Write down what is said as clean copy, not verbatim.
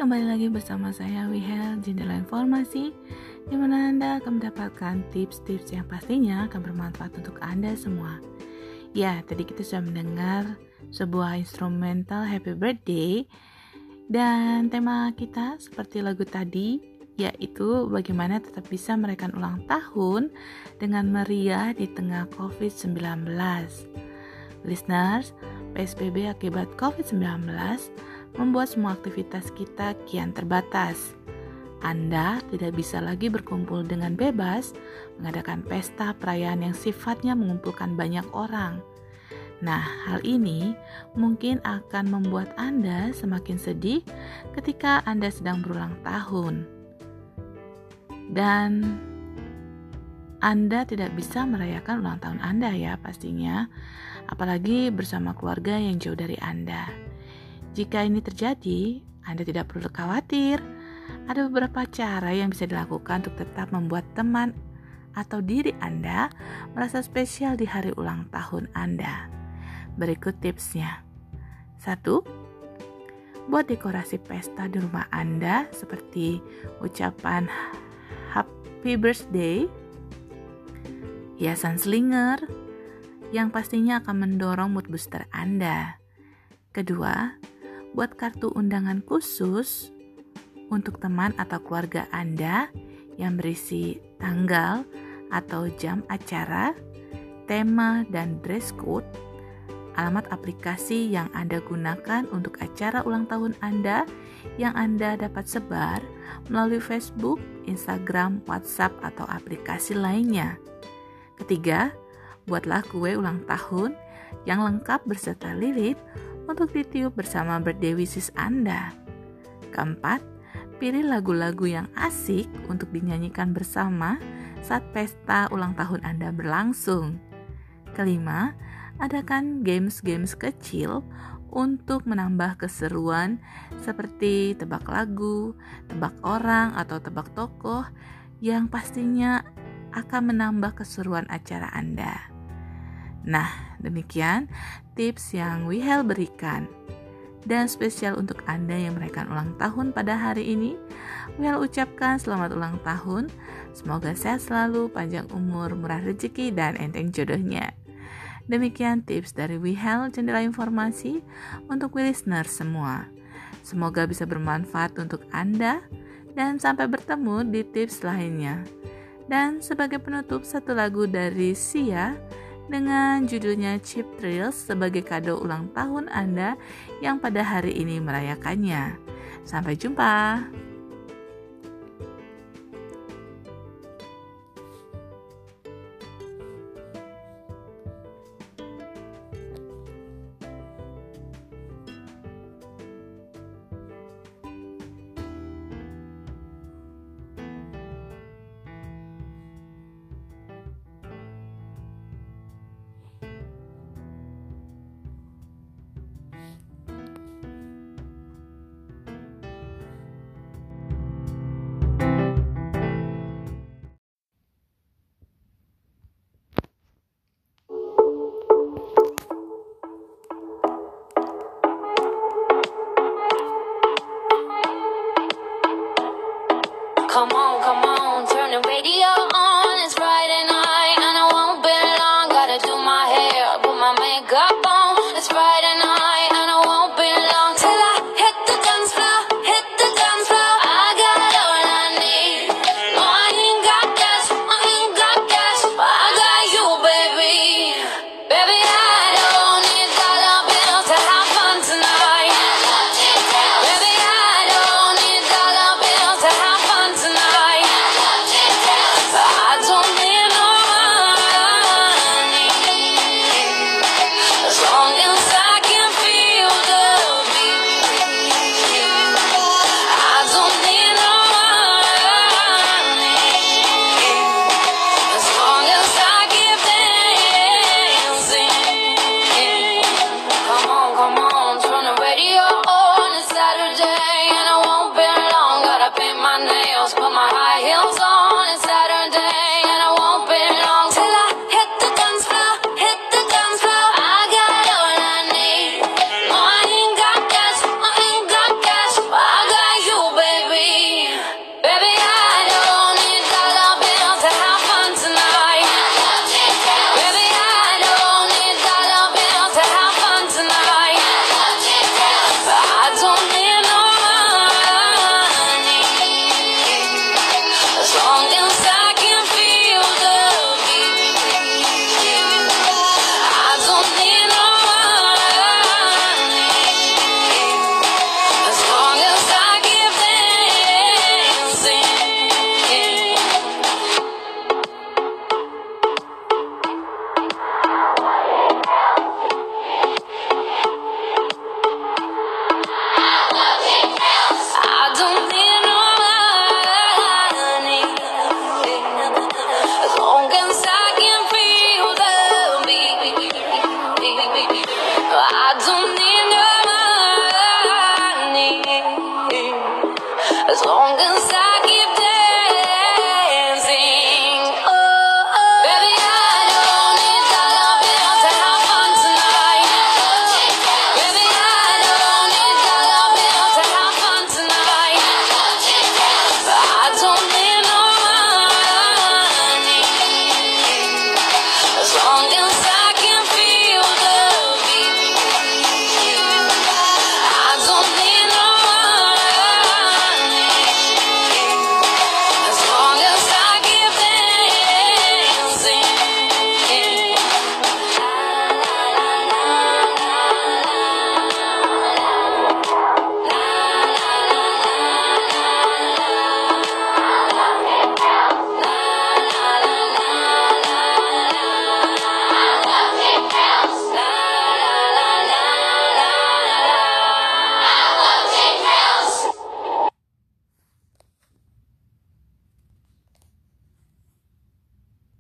kembali lagi bersama saya Wihel, Jendela Informasi, di mana Anda akan mendapatkan tips-tips yang pastinya akan bermanfaat untuk Anda semua. Ya, tadi kita sudah mendengar sebuah instrumental Happy Birthday, dan tema kita seperti lagu tadi, yaitu bagaimana tetap bisa merayakan ulang tahun dengan meriah di tengah COVID-19. Listeners, PSBB akibat COVID-19 membuat semua aktivitas kita kian terbatas. Anda tidak bisa lagi berkumpul dengan bebas, mengadakan pesta perayaan yang sifatnya mengumpulkan banyak orang. Nah, hal ini mungkin akan membuat Anda semakin sedih ketika Anda sedang berulang tahun. Dan Anda tidak bisa merayakan ulang tahun Anda ya pastinya, apalagi bersama keluarga yang jauh dari Anda. Jika ini terjadi, Anda tidak perlu khawatir. Ada beberapa cara yang bisa dilakukan untuk tetap membuat teman atau diri Anda merasa spesial di hari ulang tahun Anda. Berikut tipsnya. 1. Buat dekorasi pesta di rumah Anda seperti ucapan Happy Birthday, hiasan slinger yang pastinya akan mendorong mood booster Anda. Kedua, buat kartu undangan khusus untuk teman atau keluarga Anda yang berisi tanggal atau jam acara, tema dan dress code, alamat aplikasi yang Anda gunakan untuk acara ulang tahun Anda yang Anda dapat sebar melalui Facebook, Instagram, WhatsApp, atau aplikasi lainnya. Ketiga, buatlah kue ulang tahun yang lengkap berserta lilit untuk ditiup bersama birthday wishes Anda. Keempat, pilih lagu-lagu yang asik untuk dinyanyikan bersama saat pesta ulang tahun Anda berlangsung. Kelima, adakan games-games kecil untuk menambah keseruan seperti tebak lagu, tebak orang, atau tebak tokoh yang pastinya akan menambah keseruan acara Anda. Nah, demikian tips yang Wihel berikan. Dan spesial untuk Anda yang merayakan ulang tahun pada hari ini, Wihel ucapkan selamat ulang tahun. Semoga sehat selalu, panjang umur, murah rezeki, dan enteng jodohnya. Demikian tips dari Wihel, Jendela Informasi untuk listener semua. Semoga bisa bermanfaat untuk Anda, dan sampai bertemu di tips lainnya. Dan sebagai penutup, satu lagu dari Sia dengan judulnya Cheap Thrills sebagai kado ulang tahun Anda yang pada hari ini merayakannya. Sampai jumpa. Come on, turn the radio on. It's Friday night and I won't be long. Gotta do my hair, put my makeup on. It's Friday night and I won't be long till I hit the dance floor, hit the dance floor. I got all I need. No, I ain't got gas, but I got you, baby. Baby, I don't need dollar bills to have fun tonight. Baby, I don't need dollar bills to have fun tonight. as long as I